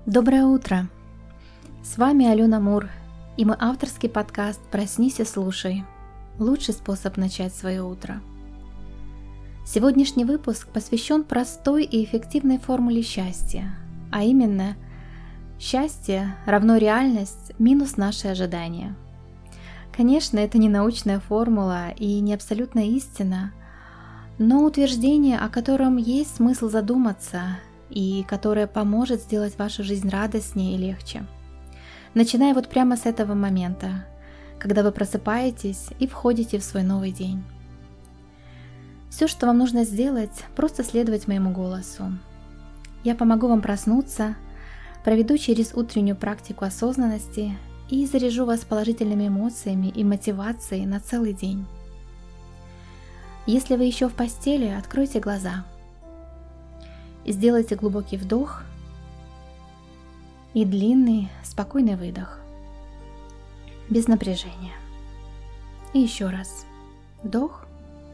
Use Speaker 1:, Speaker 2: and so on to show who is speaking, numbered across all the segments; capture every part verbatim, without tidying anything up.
Speaker 1: Доброе утро! С вами Алена Мур, и мой авторский подкаст «Проснись и слушай» – лучший способ начать свое утро. Сегодняшний выпуск посвящен простой и эффективной формуле счастья, а именно счастье равно реальность минус наши ожидания. Конечно, это не научная формула и не абсолютная истина, но утверждение, о котором есть смысл задуматься и которое поможет сделать вашу жизнь радостнее и легче. Начиная вот прямо с этого момента, когда вы просыпаетесь и входите в свой новый день. Все, что вам нужно сделать, просто следовать моему голосу. Я помогу вам проснуться, проведу через утреннюю практику осознанности и заряжу вас положительными эмоциями и мотивацией на целый день. Если вы еще в постели, откройте глаза. И сделайте глубокий вдох и длинный, спокойный выдох, без напряжения. И еще раз. Вдох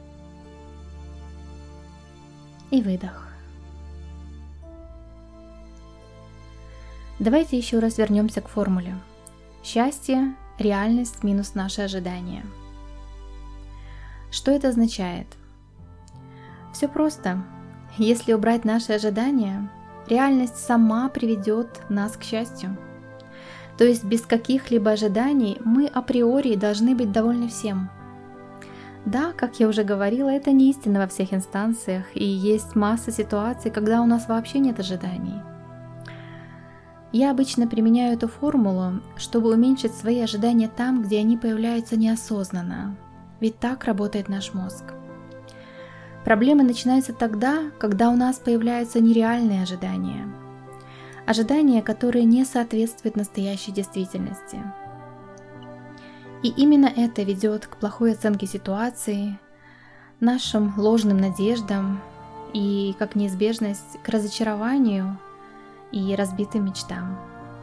Speaker 1: и выдох. Давайте еще раз вернемся к формуле. Счастье – реальность минус наши ожидания. Что это означает? Все просто. Если убрать наши ожидания, реальность сама приведет нас к счастью. То есть без каких-либо ожиданий мы априори должны быть довольны всем. Да, как я уже говорила, это не истина во всех инстанциях, и есть масса ситуаций, когда у нас вообще нет ожиданий. Я обычно применяю эту формулу, чтобы уменьшить свои ожидания там, где они появляются неосознанно, ведь так работает наш мозг. Проблемы начинаются тогда, когда у нас появляются нереальные ожидания. Ожидания, которые не соответствуют настоящей действительности. И именно это ведет к плохой оценке ситуации, нашим ложным надеждам и, как неизбежность, к разочарованию и разбитым мечтам.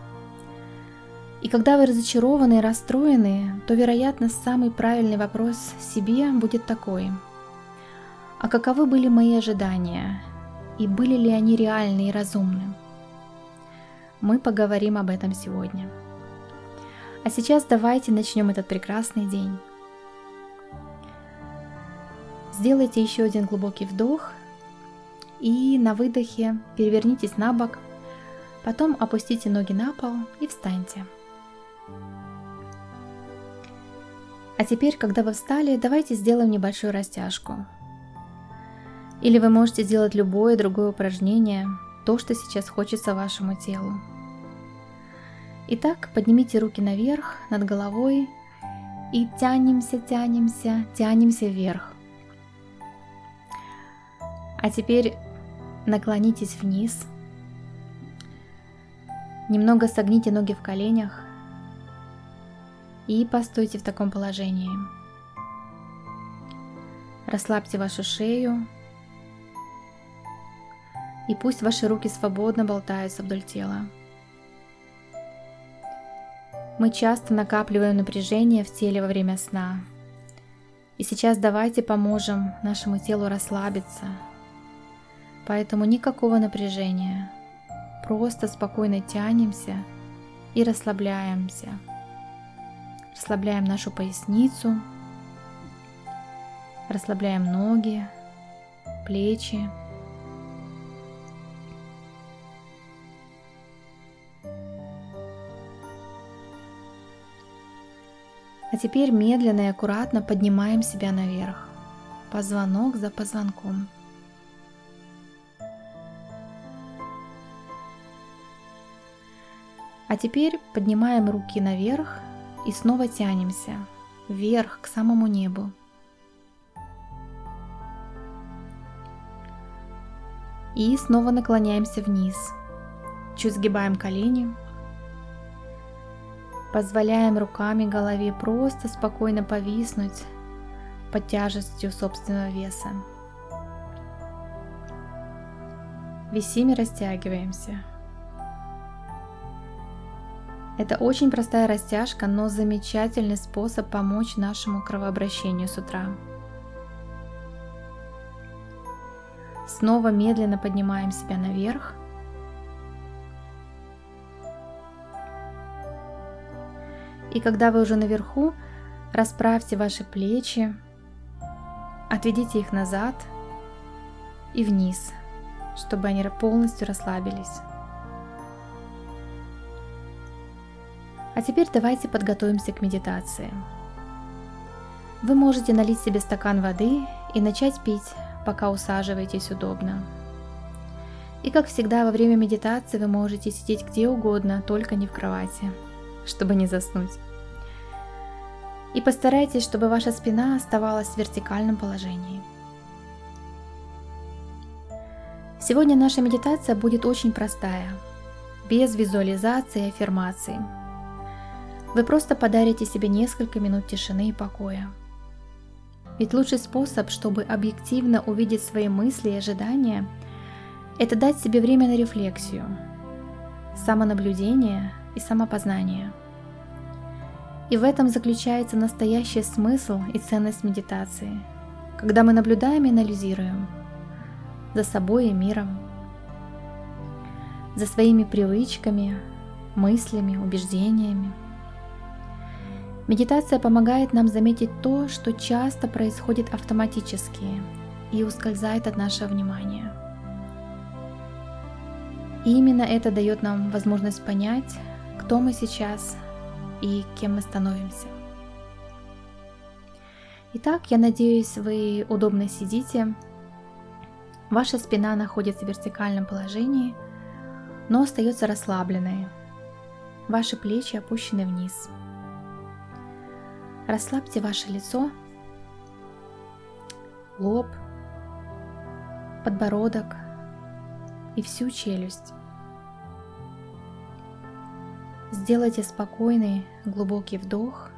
Speaker 1: И когда вы разочарованы и расстроены, то, вероятно, самый правильный вопрос себе будет такой: а каковы были мои ожидания, и были ли они реальны и разумны? Мы поговорим об этом сегодня. А сейчас давайте начнем этот прекрасный день. Сделайте еще один глубокий вдох и на выдохе перевернитесь на бок, потом опустите ноги на пол и встаньте. А теперь, когда вы встали, давайте сделаем небольшую растяжку. Или вы можете сделать любое другое упражнение, то, что сейчас хочется вашему телу. Итак, поднимите руки наверх, над головой и тянемся, тянемся, тянемся вверх. А теперь наклонитесь вниз. Немного согните ноги в коленях и постойте в таком положении. Расслабьте вашу шею. И пусть ваши руки свободно болтаются вдоль тела. Мы часто накапливаем напряжение в теле во время сна. И сейчас давайте поможем нашему телу расслабиться. Поэтому никакого напряжения. Просто спокойно тянемся и расслабляемся. Расслабляем нашу поясницу. Расслабляем ноги, плечи. А теперь медленно и аккуратно поднимаем себя наверх, позвонок за позвонком. А теперь поднимаем руки наверх и снова тянемся вверх к самому небу. И снова наклоняемся вниз, чуть сгибаем колени. Позволяем руками и голове просто спокойно повиснуть под тяжестью собственного веса. Висим и растягиваемся. Это очень простая растяжка, но замечательный способ помочь нашему кровообращению с утра. Снова медленно поднимаем себя наверх. И когда вы уже наверху, расправьте ваши плечи, отведите их назад и вниз, чтобы они полностью расслабились. А теперь давайте подготовимся к медитации. Вы можете налить себе стакан воды и начать пить, пока усаживаетесь удобно. И как всегда, во время медитации вы можете сидеть где угодно, только не в кровати, чтобы не заснуть. И постарайтесь, чтобы ваша спина оставалась в вертикальном положении. Сегодня наша медитация будет очень простая, без визуализации и аффирмаций. Вы просто подарите себе несколько минут тишины и покоя. Ведь лучший способ, чтобы объективно увидеть свои мысли и ожидания, это дать себе время на рефлексию, самонаблюдение и самопознание. И в этом заключается настоящий смысл и ценность медитации, когда мы наблюдаем и анализируем за собой и миром, за своими привычками, мыслями, убеждениями. Медитация помогает нам заметить то, что часто происходит автоматически и ускользает от нашего внимания. И именно это дает нам возможность понять, кто мы сейчас и кем мы становимся. Итак, я надеюсь, вы удобно сидите. Ваша спина находится в вертикальном положении, но остается расслабленной. Ваши плечи опущены вниз. Расслабьте ваше лицо, лоб, подбородок и всю челюсть. Сделайте спокойный, глубокий вдох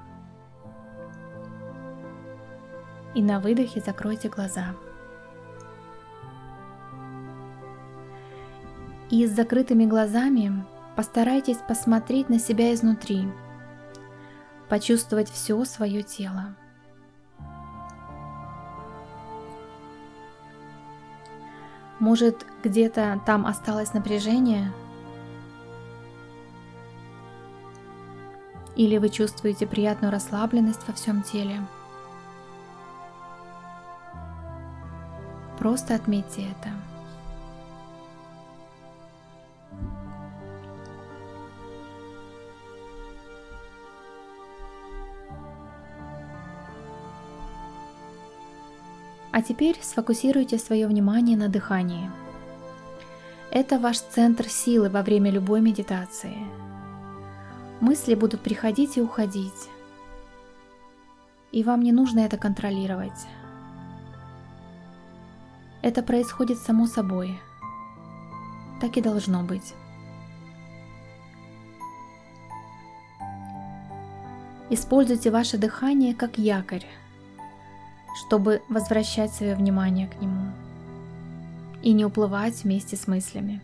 Speaker 1: и на выдохе закройте глаза. И с закрытыми глазами постарайтесь посмотреть на себя изнутри, почувствовать все свое тело. Может, где-то там осталось напряжение? Или вы чувствуете приятную расслабленность во всем теле? Просто отметьте это. А теперь сфокусируйте свое внимание на дыхании. Это ваш центр силы во время любой медитации. Мысли будут приходить и уходить, и вам не нужно это контролировать. Это происходит само собой. Так и должно быть. Используйте ваше дыхание как якорь, чтобы возвращать свое внимание к нему и не уплывать вместе с мыслями.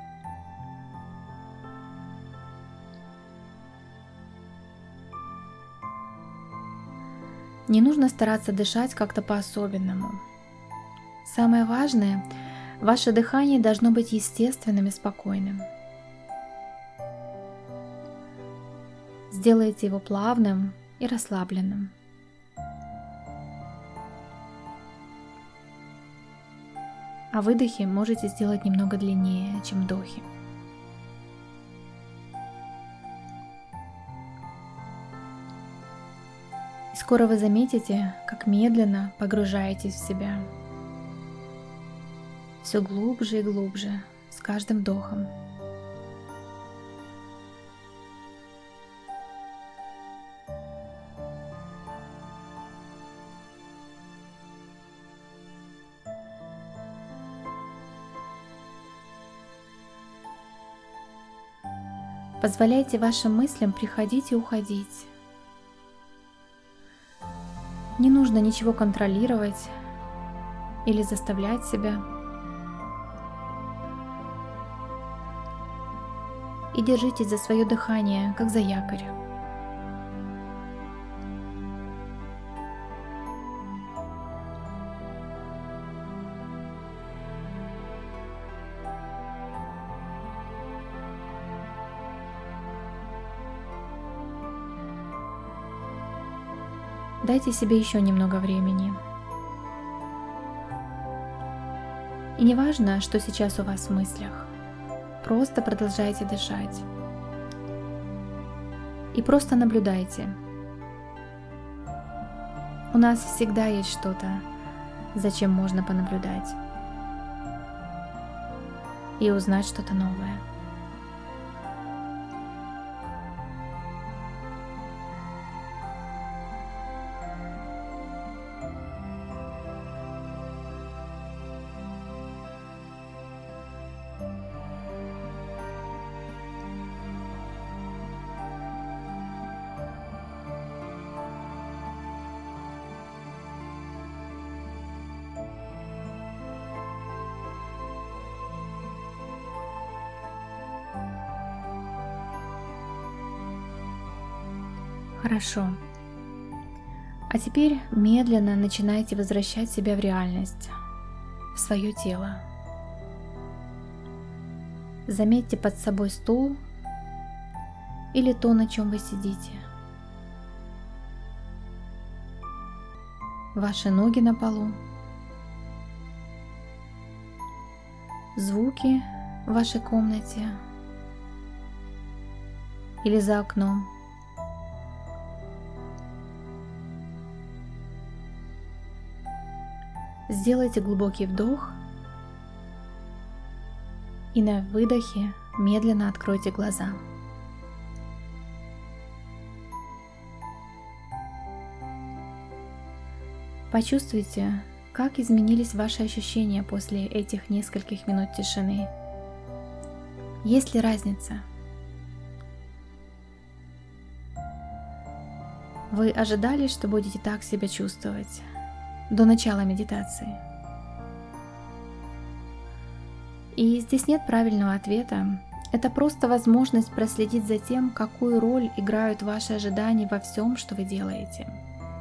Speaker 1: Не нужно стараться дышать как-то по-особенному. Самое важное, ваше дыхание должно быть естественным и спокойным. Сделайте его плавным и расслабленным. А выдохи можете сделать немного длиннее, чем вдохи. И скоро вы заметите, как медленно погружаетесь в себя. Все глубже и глубже с каждым вдохом. Позволяйте вашим мыслям приходить и уходить. Не нужно ничего контролировать или заставлять себя. И держитесь за свое дыхание, как за якорь. дайте себе еще немного времени. И не важно, что сейчас у вас в мыслях, просто продолжайте дышать. И просто наблюдайте. У нас всегда есть что-то, за чем можно понаблюдать и узнать что-то новое. Хорошо. А теперь медленно начинайте возвращать себя в реальность, в свое тело. Заметьте под собой стул или то, на чем вы сидите. Ваши ноги на полу. Звуки в вашей комнате или за окном. Сделайте глубокий вдох и на выдохе медленно откройте глаза. Почувствуйте, как изменились ваши ощущения после этих нескольких минут тишины. Есть ли разница? Вы ожидали, что будете так себя чувствовать до начала медитации? И здесь нет правильного ответа. Это просто возможность проследить за тем, какую роль играют ваши ожидания во всем, что вы делаете.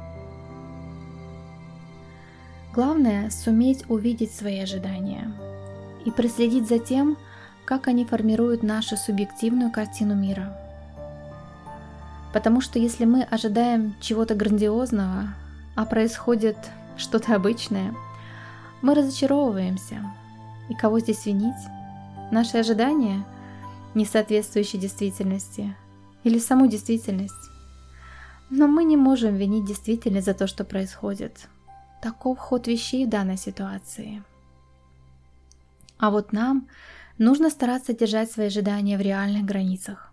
Speaker 1: Главное — суметь увидеть свои ожидания и проследить за тем, как они формируют нашу субъективную картину мира. Потому что если мы ожидаем чего-то грандиозного, а происходит что-то обычное, мы разочаровываемся. И кого здесь винить? Наши ожидания, не соответствующие действительности, или саму действительность? Но мы не можем винить действительность за то, что происходит. Таков ход вещей в данной ситуации. А вот нам нужно стараться держать свои ожидания в реальных границах.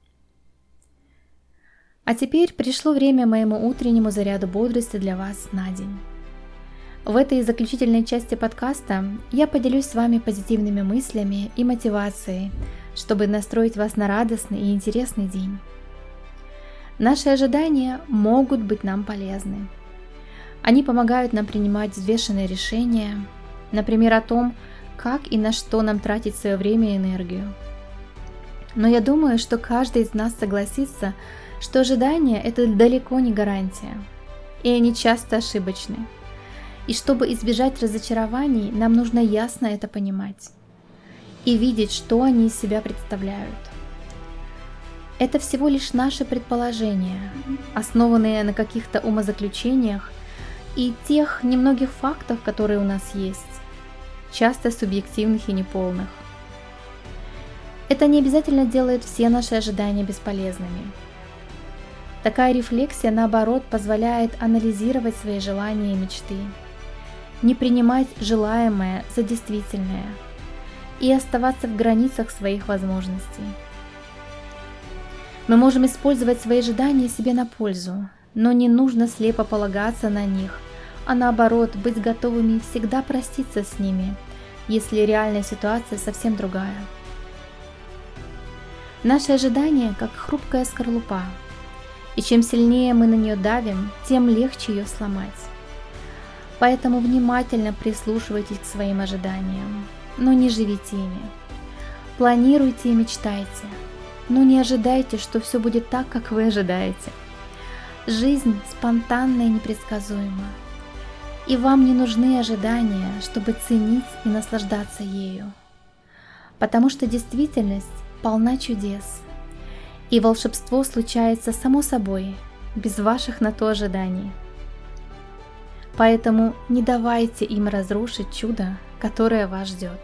Speaker 1: А теперь пришло время моему утреннему заряду бодрости для вас на день. В этой заключительной части подкаста я поделюсь с вами позитивными мыслями и мотивацией, чтобы настроить вас на радостный и интересный день. Наши ожидания могут быть нам полезны. Они помогают нам принимать взвешенные решения, например, о том, как и на что нам тратить свое время и энергию. Но я думаю, что каждый из нас согласится, что ожидания – это далеко не гарантия, и они часто ошибочны. И чтобы избежать разочарований, нам нужно ясно это понимать и видеть, что они из себя представляют. Это всего лишь наши предположения, основанные на каких-то умозаключениях и тех немногих фактов, которые у нас есть, часто субъективных и неполных. Это не обязательно делает все наши ожидания бесполезными. Такая рефлексия, наоборот, позволяет анализировать свои желания и мечты, не принимать желаемое за действительное и оставаться в границах своих возможностей. Мы можем использовать свои ожидания себе на пользу, но не нужно слепо полагаться на них, а наоборот быть готовыми всегда проститься с ними, если реальная ситуация совсем другая. Наши ожидания как хрупкая скорлупа, и чем сильнее мы на нее давим, тем легче ее сломать. Поэтому внимательно прислушивайтесь к своим ожиданиям, но не живите ими. Планируйте и мечтайте, но не ожидайте, что все будет так, как вы ожидаете. Жизнь спонтанна и непредсказуема, и вам не нужны ожидания, чтобы ценить и наслаждаться ею, потому что действительность полна чудес, и волшебство случается само собой, без ваших на то ожиданий. Поэтому не давайте им разрушить чудо, которое вас ждет.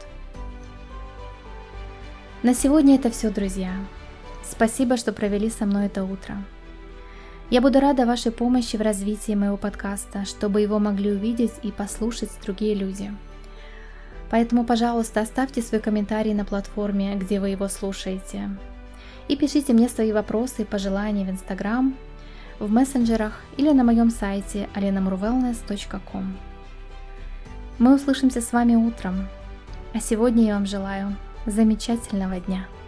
Speaker 1: На сегодня это все, друзья. Спасибо, что провели со мной это утро. Я буду рада вашей помощи в развитии моего подкаста, чтобы его могли увидеть и послушать другие люди. Поэтому, пожалуйста, оставьте свой комментарий на платформе, где вы его слушаете. И пишите мне свои вопросы и пожелания в Инстаграм, в мессенджерах или на моем сайте алена мур велнес точка ком. Мы услышимся с вами утром, а сегодня я вам желаю замечательного дня.